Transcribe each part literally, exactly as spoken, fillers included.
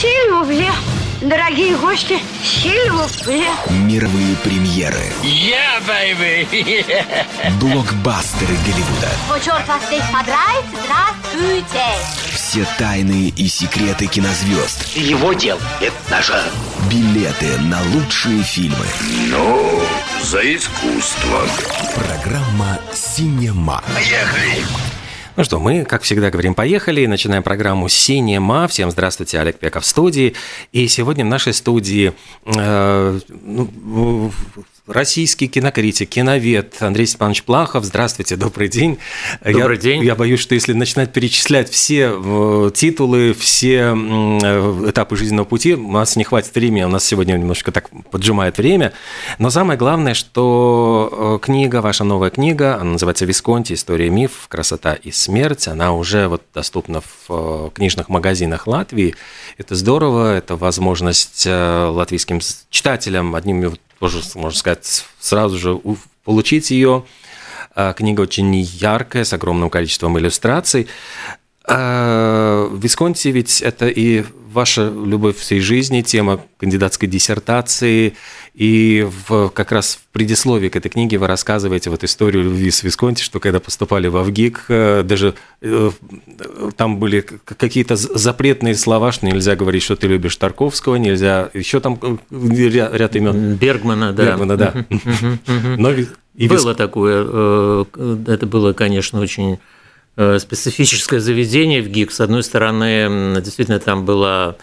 Сильвупле. Дорогие гости, сильвупле. Мировые премьеры. Yeah, baby! Блокбастеры Голливуда. О, черт вас всех подрать, здравствуйте! Все тайны и секреты кинозвезд. Его дело, это наше. Билеты на лучшие фильмы. Ну, за искусство. Программа «Синема». Поехали! Ну что, мы, как всегда, говорим «поехали», начинаем программу «Синема». Всем здравствуйте, Олег Пеков в студии. И сегодня в нашей студии э, ну, российский кинокритик, киновед Андрей Степанович Плахов. Здравствуйте, добрый день. Добрый я, день. Я боюсь, что если начинать перечислять все э, титулы, все э, этапы жизненного пути, у нас не хватит времени, у нас сегодня немножко так поджимает время. Но самое главное, что книга, ваша новая книга, она называется «Висконти. История, миф, красота и смерть», она уже вот доступна в книжных магазинах Латвии. Это здорово, это возможность латвийским читателям, одним, тоже, можно сказать, сразу же получить ее. Книга очень яркая, с огромным количеством иллюстраций. Висконти ведь это и ваша любовь всей жизни, тема кандидатской диссертации, и в, как раз в предисловии к этой книге вы рассказываете вот историю любви с Висконти, что когда поступали в ВГИК, даже э, там были какие-то запретные слова, что нельзя говорить, что ты любишь Тарковского, нельзя, еще там ряд, ряд имен. Бергмана, да. Бергмана, да. Но и было Виск... такое, это было, конечно, очень специфическое заведение в ГИК. С одной стороны, действительно, там была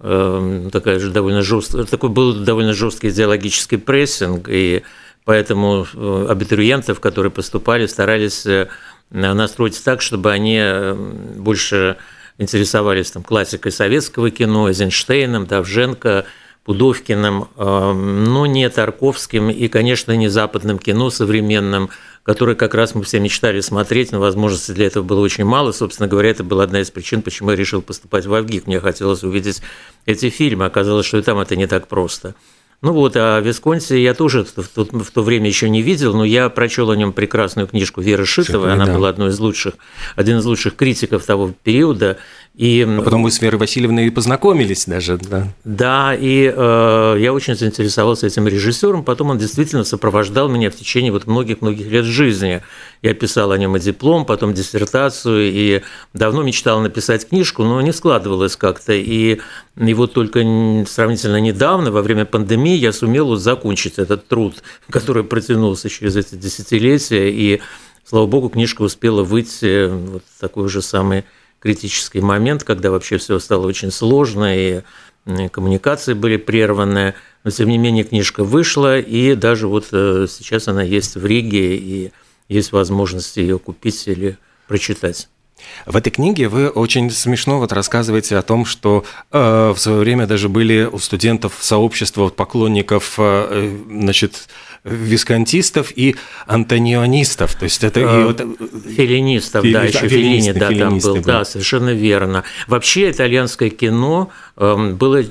такая же довольно жесткая, такой был довольно жесткий идеологический прессинг, и поэтому абитуриентов, которые поступали, старались настроить так, чтобы они больше интересовались там классикой советского кино, Эйзенштейном, Довженко, Пудовкиным, но не Тарковским и, конечно, не западным кино современным, которое как раз мы все мечтали смотреть, но возможности для этого было очень мало. Собственно говоря, это была одна из причин, почему я решил поступать в ВГИК. Мне хотелось увидеть эти фильмы. Оказалось, что и там это не так просто. Ну вот, а Висконти я тоже в то, в то время еще не видел, но я прочел о нем прекрасную книжку Веры Шитовой. Она да. была одной из лучших, один из лучших критиков того периода. И, а потом вы с Верой Васильевной и познакомились даже, да? Да, и э, я очень заинтересовался этим режиссером. Потом он действительно сопровождал меня в течение вот многих-многих лет жизни. Я писал о нем и диплом, потом диссертацию, и давно мечтал написать книжку, но не складывалось как-то. И, и вот только сравнительно недавно, во время пандемии, я сумел закончить этот труд, который протянулся через эти десятилетия. И, слава богу, книжка успела выйти вот в такой же самый критический момент, когда вообще все стало очень сложно, и коммуникации были прерваны, но тем не менее книжка вышла, и даже вот сейчас она есть в Риге, и есть возможность ее купить или прочитать. В этой книге вы очень смешно вот рассказываете о том, что э, в свое время даже были у студентов сообщества поклонников, э, значит, висконтистов и антонионистов, то есть это а, и вот... феллинистов, Фили... да, еще Феллини, да, там был, да. да, совершенно верно. Вообще итальянское кино было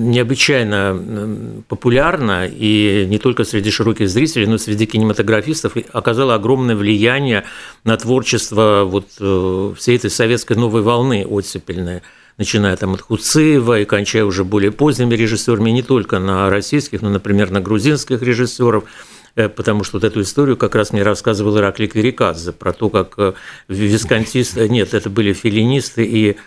необычайно популярно, и не только среди широких зрителей, но и среди кинематографистов, и оказало огромное влияние на творчество вот всей этой советской новой волны оттепельной, начиная там от Хуциева и кончая уже более поздними режиссерами, не только на российских, но, например, на грузинских режиссеров, потому что вот эту историю как раз мне рассказывал Ираклий Кверикадзе про то, как висконтисты, нет, это были феллинисты и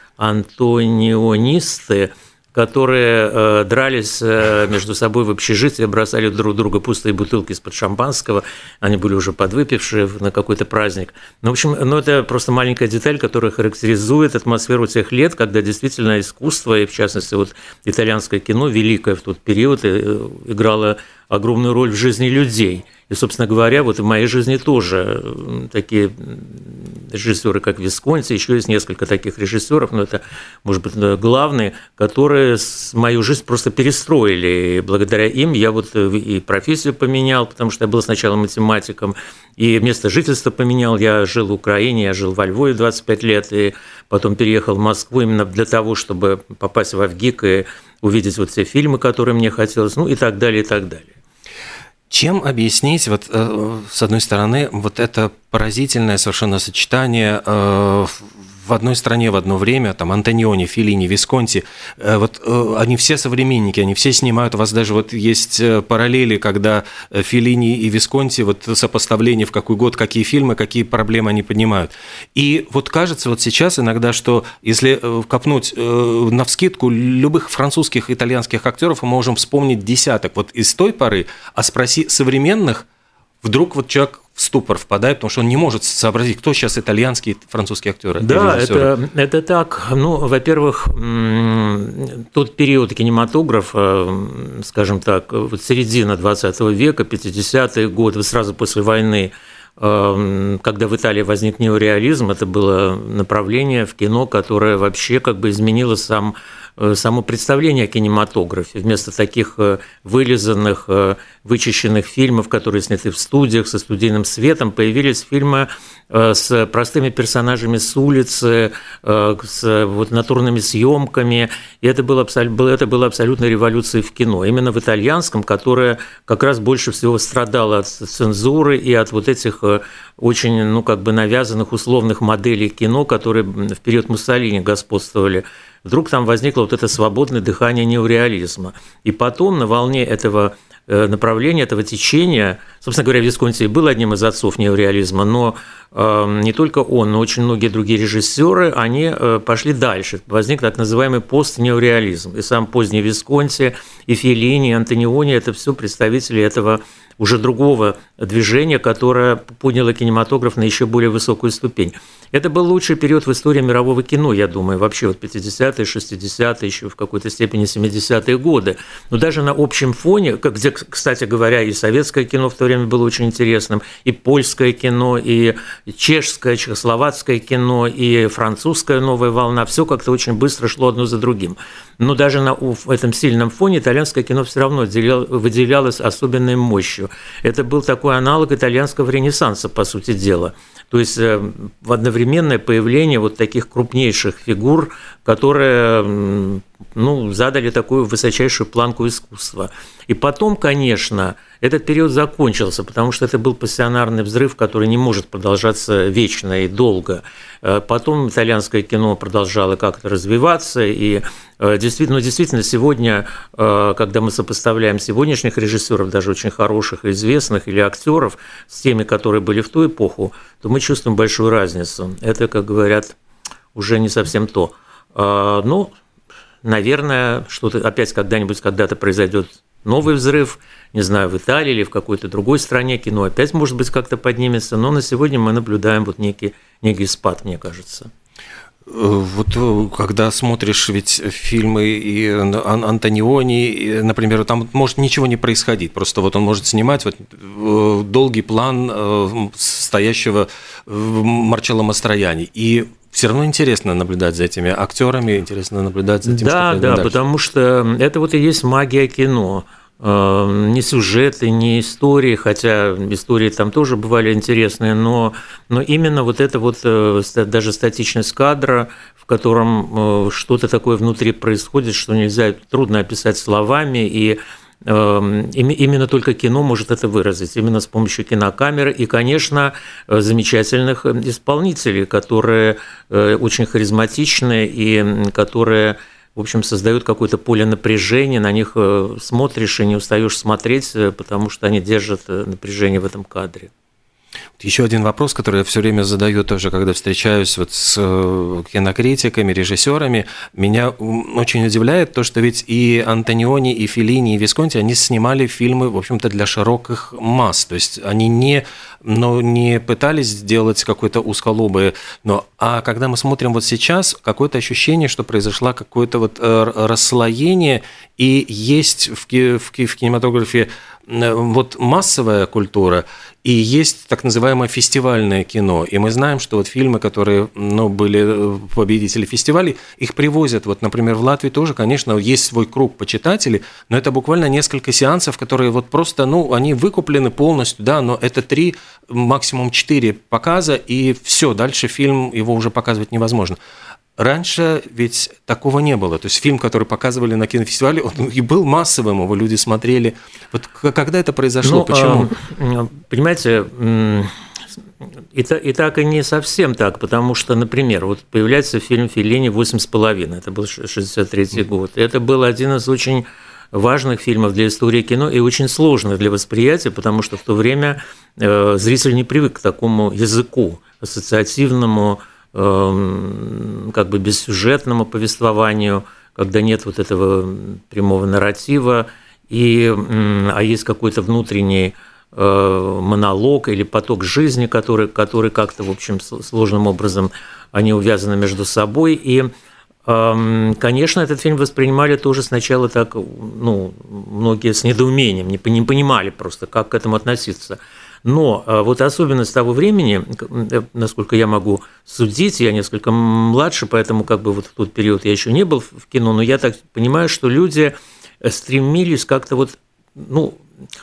антонионисты, которые э, дрались э, между собой в общежитии, бросали друг друга пустые бутылки из-под шампанского, они были уже подвыпившие на какой-то праздник. Ну, в общем, ну, это просто маленькая деталь, которая характеризует атмосферу тех лет, когда действительно искусство, и в частности вот итальянское кино, великое в тот период, играло огромную роль в жизни людей. И, собственно говоря, вот в моей жизни тоже такие режиссеры, как Висконти, еще есть несколько таких режиссеров, но это, может быть, главные, которые мою жизнь просто перестроили. И благодаря им я вот и профессию поменял, потому что я был сначала математиком, и место жительства поменял. Я жил в Украине, я жил во Львове двадцать пять лет, и потом переехал в Москву именно для того, чтобы попасть в ВГИК и увидеть вот все фильмы, которые мне хотелось, ну и так далее, и так далее. Чем объяснить, вот, с одной стороны, вот это поразительное совершенно сочетание в одной стране в одно время, там Антониони, Феллини, Висконти, вот они все современники, они все снимают, у вас даже вот есть параллели, когда Феллини и Висконти, вот сопоставление в какой год, какие фильмы, какие проблемы они поднимают. И вот кажется вот сейчас иногда, что если копнуть навскидку любых французских, итальянских актеров, мы можем вспомнить десяток вот из той поры, а спроси современных, вдруг вот человек в ступор впадает, потому что он не может сообразить, кто сейчас итальянские, французские актеры. Да, это, это так. Ну, во-первых, тот период кинематографа, скажем так, вот середина двадцатого века, пятидесятые годы, сразу после войны, когда в Италии возник неореализм, это было направление в кино, которое вообще как бы изменило сам, само представление о кинематографе. Вместо таких вылизанных, вычищенных фильмов, которые сняты в студиях со студийным светом, появились фильмы с простыми персонажами с улицы, с вот натурными съемками. И это было, это было абсолютной революцией в кино. Именно в итальянском, которое как раз больше всего страдало от цензуры и от вот этих очень, ну, как бы навязанных условных моделей кино, которые в период Муссолини господствовали. Вдруг там возникло вот это свободное дыхание неореализма. И потом на волне этого направления, этого течения, собственно говоря, Висконти был одним из отцов неореализма, но не только он, но очень многие другие режиссеры, они пошли дальше. Возник так называемый постнеореализм. И сам поздний Висконти, и Феллини, и Антониони – это все представители этого уже другого движения, которое подняло кинематограф на еще более высокую ступень. Это был лучший период в истории мирового кино, я думаю, вообще вот пятидесятые, шестидесятые, еще в какой-то степени семидесятые годы. Но даже на общем фоне, где, кстати говоря, и советское кино в то время было очень интересным, и польское кино, и чешское, чехословацкое кино, и французская новая волна, все как-то очень быстро шло одно за другим. Но даже на этом сильном фоне итальянское кино все равно выделялось особенной мощью. Это был такой аналог итальянского ренессанса, по сути дела. То есть в одновременное появление вот таких крупнейших фигур, которые, ну, задали такую высочайшую планку искусства. И потом, конечно, этот период закончился, потому что это был пассионарный взрыв, который не может продолжаться вечно и долго. Потом итальянское кино продолжало как-то развиваться, и действительно, ну, действительно сегодня, когда мы сопоставляем сегодняшних режиссеров, даже очень хороших и известных, или актеров с теми, которые были в ту эпоху, то мы чувствуем большую разницу. Это, как говорят, уже не совсем то. Ну, наверное, что-то опять когда-нибудь, когда-то произойдет новый взрыв, не знаю, в Италии или в какой-то другой стране кино опять, может быть, как-то поднимется, но на сегодня мы наблюдаем вот некий, некий спад, мне кажется. Вот когда смотришь ведь фильмы и Антониони, например, там может ничего не происходить, просто вот он может снимать вот долгий план стоящего Марчелло Мастроянни, и все равно интересно наблюдать за этими актерами, интересно наблюдать за тем, да, что да, дальше. Потому что это вот и есть магия кино. Не сюжеты, не истории, хотя истории там тоже бывали интересные, но, но именно вот эта вот даже статичность кадра, в котором что-то такое внутри происходит, что нельзя, трудно описать словами, и именно только кино может это выразить, именно с помощью кинокамеры и, конечно, замечательных исполнителей, которые очень харизматичны и которые, в общем, создают какое-то поле напряжения, на них смотришь и не устаешь смотреть, потому что они держат напряжение в этом кадре. Еще один вопрос, который я все время задаю тоже, когда встречаюсь вот с кинокритиками, режиссерами. Меня очень удивляет то, что ведь и Антониони, и Феллини, и Висконти, они снимали фильмы, в общем-то, для широких масс. То есть они не, но не пытались сделать какое-то узколобое, но а когда мы смотрим вот сейчас, какое-то ощущение, что произошло какое-то вот расслоение, и есть в, в, в кинематографе вот массовая культура, и есть так называемое фестивальное кино. И мы знаем, что вот фильмы, которые, ну, были победители фестивалей, их привозят. Вот, например, в Латвии тоже, конечно, есть свой круг почитателей, но это буквально несколько сеансов, которые вот просто, ну, они выкуплены полностью, да, но это три, максимум четыре показа, и все, дальше фильм, его уже показывать невозможно. Раньше ведь такого не было. То есть фильм, который показывали на кинофестивале, он и был массовым, его люди смотрели. Вот когда это произошло, ну, почему? Понимаете, И, и так и не совсем так, потому что, например, вот появляется фильм Феллини «Восемь с половиной», это был шестьдесят третий год. Это был один из очень важных фильмов для истории кино и очень сложных для восприятия, потому что в то время зритель не привык к такому языку, ассоциативному, как бы бессюжетному повествованию, когда нет вот этого прямого нарратива, и, а есть какой-то внутренний монолог или поток жизни, который, который как-то, в общем, сложным образом они увязаны между собой. И, конечно, этот фильм воспринимали тоже сначала так, ну, многие с недоумением, не понимали просто, как к этому относиться. Но вот особенность того времени, насколько я могу судить, я несколько младше, поэтому как бы вот в тот период я еще не был в кино, но я так понимаю, что люди стремились как-то вот, ну,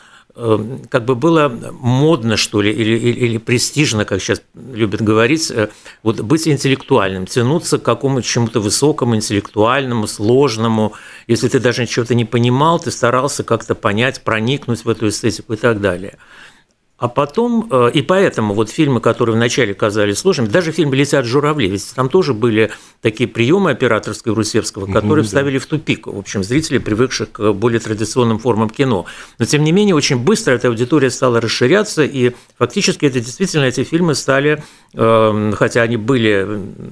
как бы было модно, что ли, или, или, или престижно, как сейчас любят говорить, вот быть интеллектуальным, тянуться к какому-то чему-то высокому, интеллектуальному, сложному. Если ты даже чего-то не понимал, ты старался как-то понять, проникнуть в эту эстетику и так далее. А потом, и поэтому вот фильмы, которые вначале казались сложными, даже фильм «Летят журавли», ведь там тоже были такие приемы операторского и Русевского, которые mm-hmm, вставили да. в тупик, в общем, зрителей, привыкших к более традиционным формам кино. Но, тем не менее, очень быстро эта аудитория стала расширяться, и фактически это действительно эти фильмы стали, хотя они были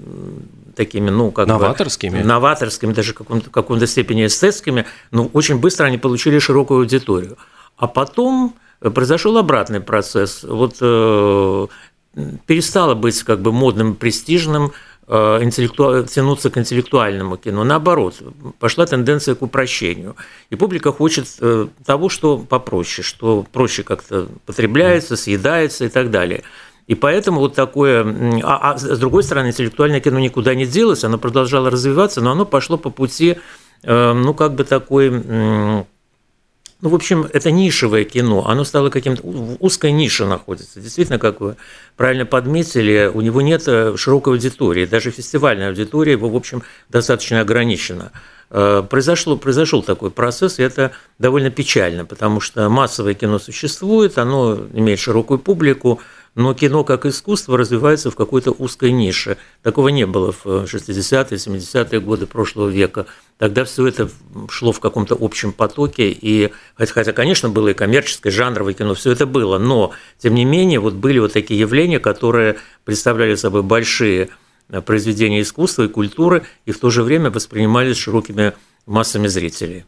такими, ну, как новаторскими, бы, новаторскими, даже в каком-то, каком-то степени эстетскими, но очень быстро они получили широкую аудиторию. А потом произошел обратный процесс. Вот э, перестало быть как бы модным, престижным, э, интеллекту... тянуться к интеллектуальному кино. Наоборот, пошла тенденция к упрощению. И публика хочет э, того, что попроще, что проще как-то потребляется, съедается и так далее. И поэтому вот такое… А, а с другой стороны, интеллектуальное кино никуда не делось, оно продолжало развиваться, но оно пошло по пути, э, ну, как бы такой… Э, Ну, в общем, это нишевое кино, оно стало каким-то… в узкой нише находится. Действительно, как вы правильно подметили, у него нет широкой аудитории, даже фестивальная аудитория его, в общем, достаточно ограничена. Произошло, произошел такой процесс, и это довольно печально, потому что массовое кино существует, оно имеет широкую публику, но кино как искусство развивается в какой-то узкой нише. Такого не было в шестидесятые, семидесятые годы прошлого века. Тогда все это шло в каком-то общем потоке, и, хотя, конечно, было и коммерческое, жанровое кино, все это было, но, тем не менее, вот были вот такие явления, которые представляли собой большие произведения искусства и культуры, и в то же время воспринимались широкими массами зрителей.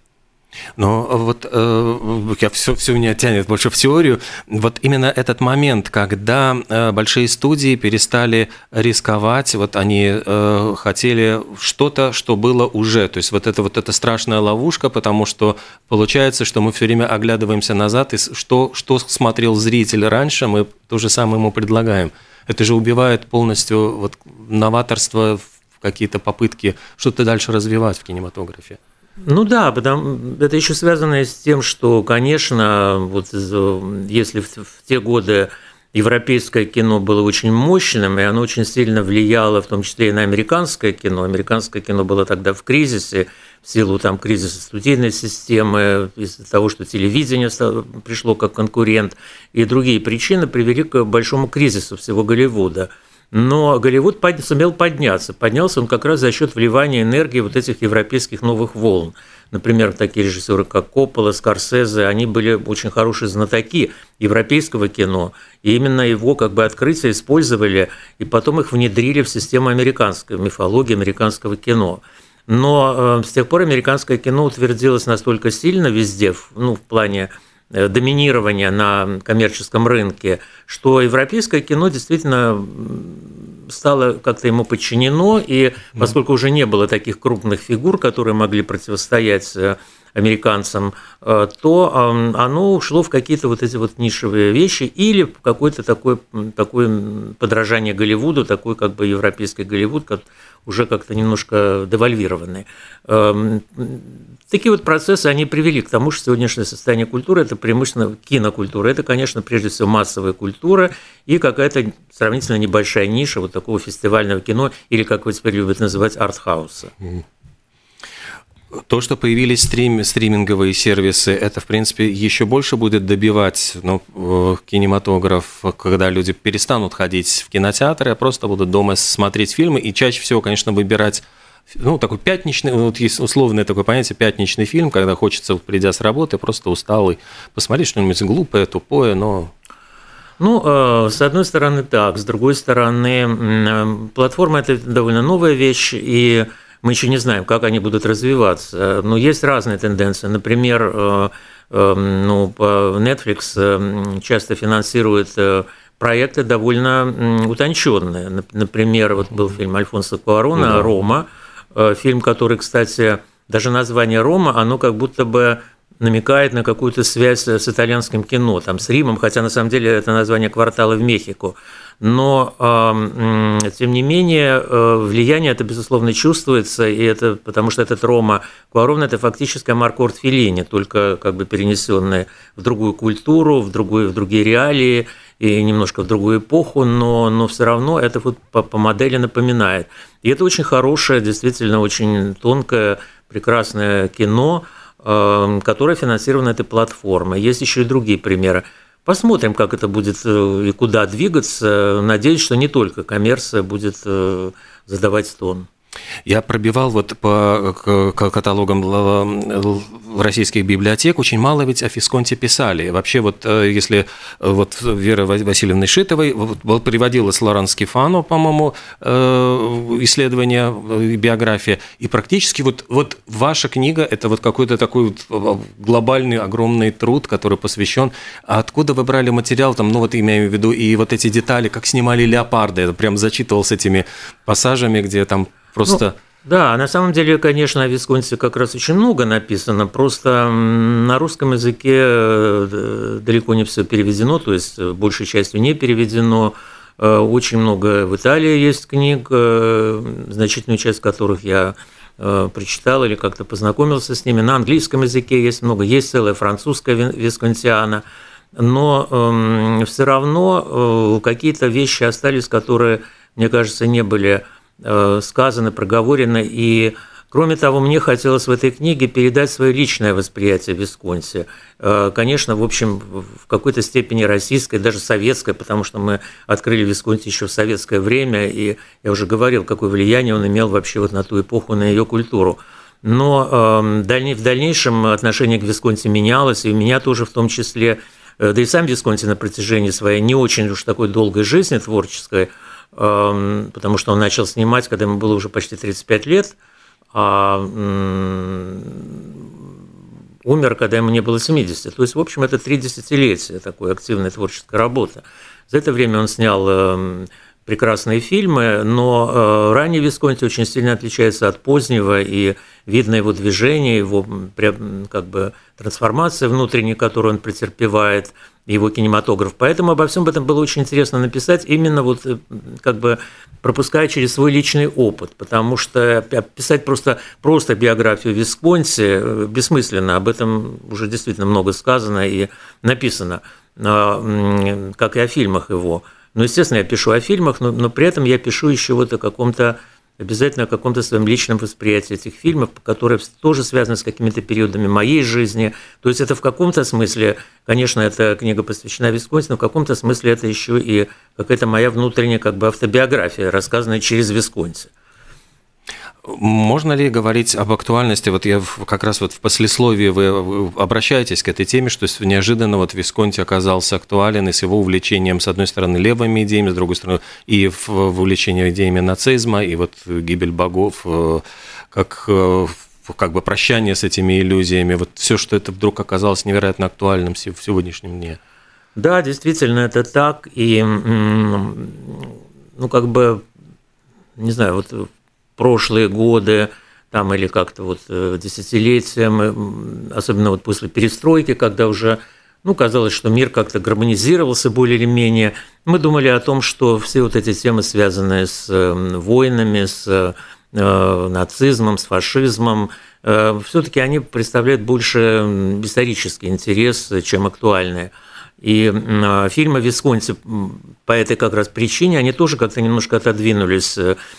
Но вот э, я, все, все меня тянет больше в теорию. Вот именно этот момент, когда э, большие студии перестали рисковать, вот они э, хотели что-то, что было уже. То есть вот это вот эта страшная ловушка, потому что получается, что мы все время оглядываемся назад, и что, что смотрел зритель раньше, мы то же самое ему предлагаем. Это же убивает полностью вот новаторство, какие-то попытки что-то дальше развивать в кинематографе. Ну да, потому это еще связано с тем, что, конечно, вот если в, в те годы европейское кино было очень мощным, и оно очень сильно влияло, в том числе и на американское кино. Американское кино было тогда в кризисе, в силу там кризиса студийной системы, из-за того, что телевидение пришло как конкурент, и другие причины привели к большому кризису всего Голливуда. Но Голливуд сумел подняться. Поднялся он как раз за счет вливания энергии вот этих европейских новых волн. Например, такие режиссеры, как Коппола, Скорсезе, они были очень хорошие знатоки европейского кино. И именно его как бы открытия использовали, и потом их внедрили в систему американской мифологии, американского кино. Но с тех пор американское кино утвердилось настолько сильно везде, ну, в плане доминирования на коммерческом рынке, что европейское кино действительно стало как-то ему подчинено, и поскольку уже не было таких крупных фигур, которые могли противостоять американцам, то оно ушло в какие-то вот эти вот нишевые вещи или в какое-то такое, такое подражание Голливуду, такой как бы европейский Голливуд, как уже как-то немножко девальвированный. Такие вот процессы, они привели к тому, что сегодняшнее состояние культуры – это преимущественно кинокультура. Это, конечно, прежде всего массовая культура и какая-то сравнительно небольшая ниша вот такого фестивального кино или, как его теперь любят называть, арт-хауса. То, что появились стрим, стриминговые сервисы, это, в принципе, еще больше будет добивать ну, кинематограф, когда люди перестанут ходить в кинотеатры, а просто будут дома смотреть фильмы, и чаще всего, конечно, выбирать ну, такой пятничный, вот есть условное такое понятие пятничный фильм, когда хочется, придя с работы, просто усталый, посмотреть что-нибудь глупое, тупое, но... Ну, с одной стороны так, с другой стороны, платформа – это довольно новая вещь, и мы еще не знаем, как они будут развиваться. Но есть разные тенденции. Например, ну, Netflix часто финансирует проекты довольно утонченные. Например, вот был фильм Альфонсо Куарона да. «Рома», фильм, который, кстати, даже название «Рома», оно как будто бы намекает на какую-то связь с итальянским кино, там, с Римом, хотя на самом деле это название квартала в Мехико. Но, э, тем не менее, э, влияние это, безусловно, чувствуется, и это потому что этот Рома Куарон – это фактически Маркорд Феллини, только как бы перенесенный в другую культуру, в, другую, в другие реалии и немножко в другую эпоху, но, но все равно это вот по, по модели напоминает. И это очень хорошее, действительно очень тонкое, прекрасное кино, э, которое финансировано этой платформой. Есть еще и другие примеры. Посмотрим, как это будет и куда двигаться. Надеюсь, что не только коммерция будет задавать тон. Я пробивал вот по каталогам российских библиотек, очень мало ведь о Висконти писали. Вообще вот если вот Вера Васильевна Шитовой вот, приводила с Лоран Скифано, по-моему, исследование, биография, и практически вот, вот ваша книга – это вот какой-то такой вот глобальный огромный труд, который посвящен. А откуда вы брали материал, там, ну вот имею в виду, и вот эти детали, как снимали леопарды, я прям зачитывал с этими пассажами, где там просто… Ну, да, на самом деле, конечно, о Висконти как раз очень много написано, просто на русском языке далеко не все переведено, то есть большей частью не переведено. Очень много в Италии есть книг, значительную часть которых я прочитал или как-то познакомился с ними. На английском языке есть много, есть целая французская Висконтиана, но э, все равно э, какие-то вещи остались, которые, мне кажется, не были сказано, проговорено, и, кроме того, мне хотелось в этой книге передать свое личное восприятие Висконти. Конечно, в общем, в какой-то степени российское, даже советское, потому что мы открыли Висконти еще в советское время, и я уже говорил, какое влияние он имел вообще вот на ту эпоху, на ее культуру. Но в дальнейшем отношение к Висконти менялось, и у меня тоже в том числе, да и сам Висконти на протяжении своей не очень уж такой долгой жизни творческой, потому что он начал снимать, когда ему было уже почти тридцать пять лет, а умер, когда ему не было семидесяти. То есть, в общем, это три десятилетия такой активной творческой работы. За это время он снял прекрасные фильмы, но ранний Висконти очень сильно отличается от позднего, и видно его движение, его как бы трансформация внутренняя, которую он претерпевает, его кинематограф. Поэтому обо всем этом было очень интересно написать, именно вот как бы пропуская через свой личный опыт, потому что писать просто, просто биографию Висконти бессмысленно, об этом уже действительно много сказано и написано, как и о фильмах его. Ну, естественно, я пишу о фильмах, но, но при этом я пишу еще вот о каком-то, обязательно о каком-то своем личном восприятии этих фильмов, которые тоже связаны с какими-то периодами моей жизни. То есть это в каком-то смысле, конечно, эта книга посвящена Висконти, но в каком-то смысле это еще и какая-то моя внутренняя как бы автобиография, рассказанная через Висконти. Можно ли говорить об актуальности? Вот я как раз вот в послесловии вы обращаетесь к этой теме, что неожиданно вот Висконти оказался актуален и с его увлечением, с одной стороны, левыми идеями, с другой стороны, и в увлечении идеями нацизма, и вот гибель богов, как, как бы прощание с этими иллюзиями. Вот все, что это вдруг оказалось невероятно актуальным в сегодняшнем дне. Да, действительно, это так. И, ну, как бы, не знаю, вот прошлые годы, там, или как-то вот десятилетия, особенно вот после перестройки, когда уже, ну, казалось, что мир как-то гармонизировался более или менее, мы думали о том, что все вот эти темы, связанные с войнами, с нацизмом, с фашизмом, все-таки они представляют больше исторический интерес, чем актуальные. И фильмы Висконти по этой как раз причине, они тоже как-то немножко отодвинулись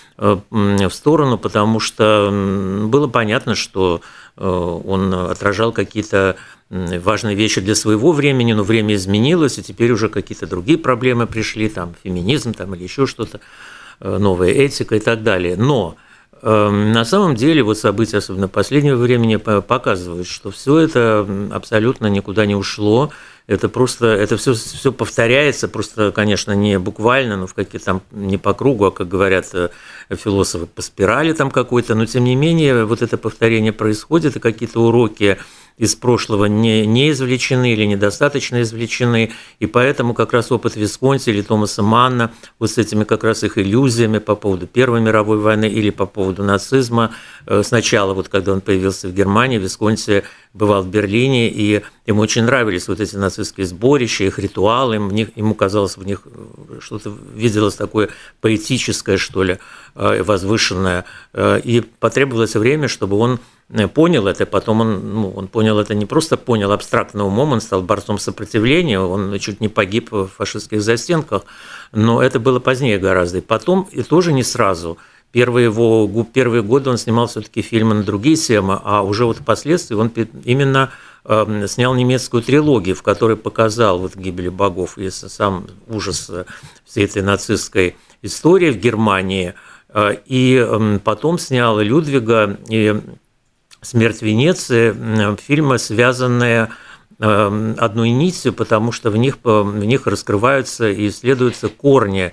в сторону, потому что было понятно, что он отражал какие-то важные вещи для своего времени, но время изменилось, и теперь уже какие-то другие проблемы пришли, там феминизм там, или еще что-то, новая этика и так далее. Но на самом деле вот события, особенно последнего времени, показывают, что все это абсолютно никуда не ушло. Это просто, это все, все повторяется, просто, конечно, не буквально, но в какие там не по кругу, а, как говорят философы, по спирали там какой-то, но тем не менее вот это повторение происходит, и какие-то уроки из прошлого не, не извлечены или недостаточно извлечены, и поэтому как раз опыт Висконти или Томаса Манна вот с этими как раз их иллюзиями по поводу Первой мировой войны или по поводу нацизма, сначала вот когда он появился в Германии, Висконти бывал в Берлине, и ему очень нравились вот эти нацистские сборища, их ритуалы, ему казалось в них что-то, виделось такое поэтическое, что ли, возвышенное, и потребовалось время, чтобы он понял это, потом он, ну, он понял это не просто понял абстрактно умом, он стал борцом сопротивления, он чуть не погиб в фашистских застенках, но это было позднее гораздо, и потом, и тоже не сразу. Первые, его, первые годы он снимал все-таки фильмы на другие темы, а уже вот впоследствии он именно э, снял немецкую трилогию, в которой показал вот «Гибель богов» и сам ужас всей этой нацистской истории в Германии, э, и э, потом снял «Людвига» и «Смерть Венеции», э, фильмы, связанные э, одной нитью, потому что в них, в них раскрываются и исследуются корни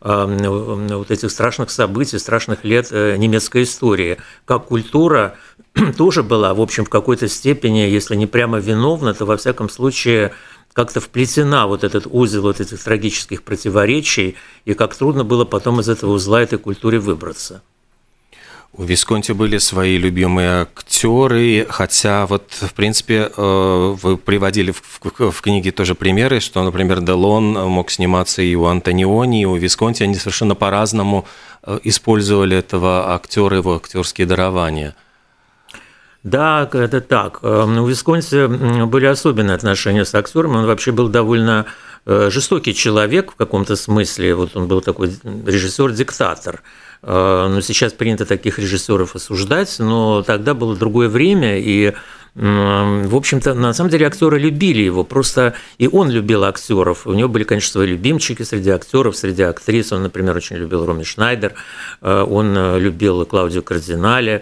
вот этих страшных событий, страшных лет немецкой истории. Как культура тоже была, в общем, в какой-то степени, если не прямо виновна, то во всяком случае как-то вплетена вот этот узел вот этих трагических противоречий, и как трудно было потом из этого узла этой культуре выбраться. У Висконти были свои любимые актеры, хотя вот, в принципе, вы приводили в, в книге тоже примеры, что, например, Делон мог сниматься и у Антониони, и у Висконти, они совершенно по-разному использовали этого актера, его актерские дарования. Да, это так. У Висконти были особенные отношения с актером, он вообще был довольно жестокий человек в каком-то смысле, вот он был такой режиссер-диктатор. Но сейчас принято таких режиссеров осуждать, но тогда было другое время, и, в общем-то, на самом деле актеры любили его, просто и он любил актеров. У него были, конечно, свои любимчики среди актеров, среди актрис. Он, например, очень любил Роми Шнайдер, он любил Клаудию Кардинале.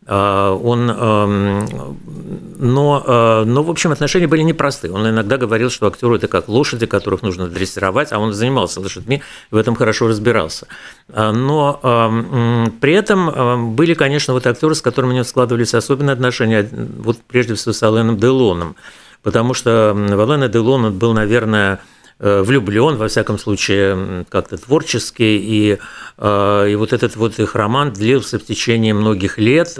Он, но, но, в общем, отношения были непростые. Он иногда говорил, что актеры – это как лошади, которых нужно дрессировать, а он занимался лошадьми, в этом хорошо разбирался. Но при этом были, конечно, вот актеры, с которыми у него складывались особенные отношения, вот прежде всего с Аленом Делоном, потому что Ален Делон был, наверное, влюблен, во всяком случае, как-то творчески, и, и вот этот вот их роман длился в течение многих лет,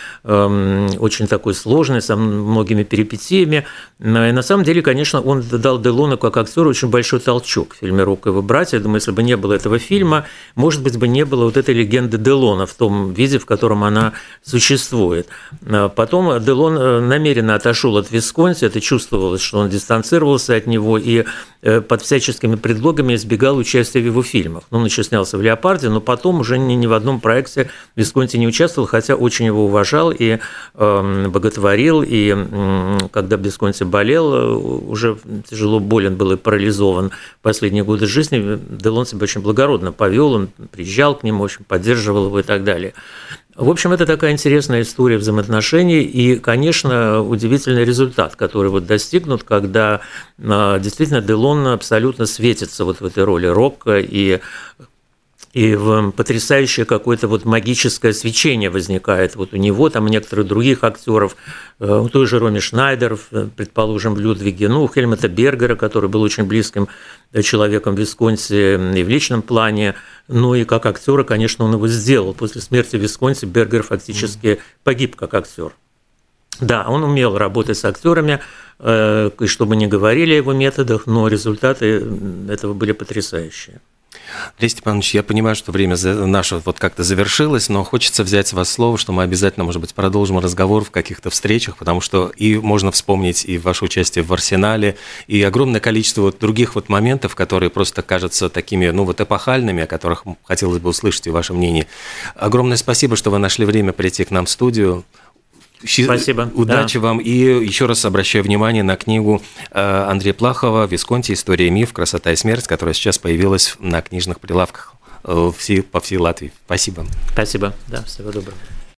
очень такой сложный, со многими перипетиями. И на самом деле, конечно, он дал Делону как актеру очень большой толчок в фильме «Рок и его братья». Я думаю, если бы не было этого фильма, может быть, бы не было вот этой легенды Делона в том виде, в котором она существует. Потом Делон намеренно отошел от Висконти, это чувствовалось, что он дистанцировался от него и под всяческими предлогами избегал участия в его фильмах. Он еще снялся в «Леопарде», но потом уже ни, ни в одном проекте Висконти не участвовал, хотя очень его уважал и э, боготворил. И э, когда Висконти болел, уже тяжело болен был и парализован в последние годы жизни, Делон себя очень благородно повел, он приезжал к нему, очень поддерживал его и так далее. В общем, это такая интересная история взаимоотношений и, конечно, удивительный результат, который вот достигнут, когда действительно Делон абсолютно светится вот в этой роли рока, и, и потрясающее какое-то вот магическое свечение возникает вот у него, там у некоторых других актеров, у той же Роми Шнайдер, предположим, в «Людвиге», ну, у Хельмута Бергера, который был очень близким человеком Висконти и в личном плане, ну и как актера, конечно, он его сделал. После смерти Висконти Бергер фактически погиб как актер. Да, он умел работать с актерами, и чтобы не говорили о его методах, но результаты этого были потрясающие. Андрей Степанович, я понимаю, что время наше вот как-то завершилось, но хочется взять с вас слово, что мы обязательно, может быть, продолжим разговор в каких-то встречах, потому что и можно вспомнить и ваше участие в «Арсенале», и огромное количество вот других вот моментов, которые просто кажутся такими, ну вот эпохальными, о которых хотелось бы услышать и ваше мнение. Огромное спасибо, что вы нашли время прийти к нам в студию. Спасибо. Удачи да. вам. И еще раз обращаю внимание на книгу Андрея Плахова «Висконти. История и миф. Красота и смерть», которая сейчас появилась на книжных прилавках по всей Латвии. Спасибо. Спасибо. Да, всего доброго.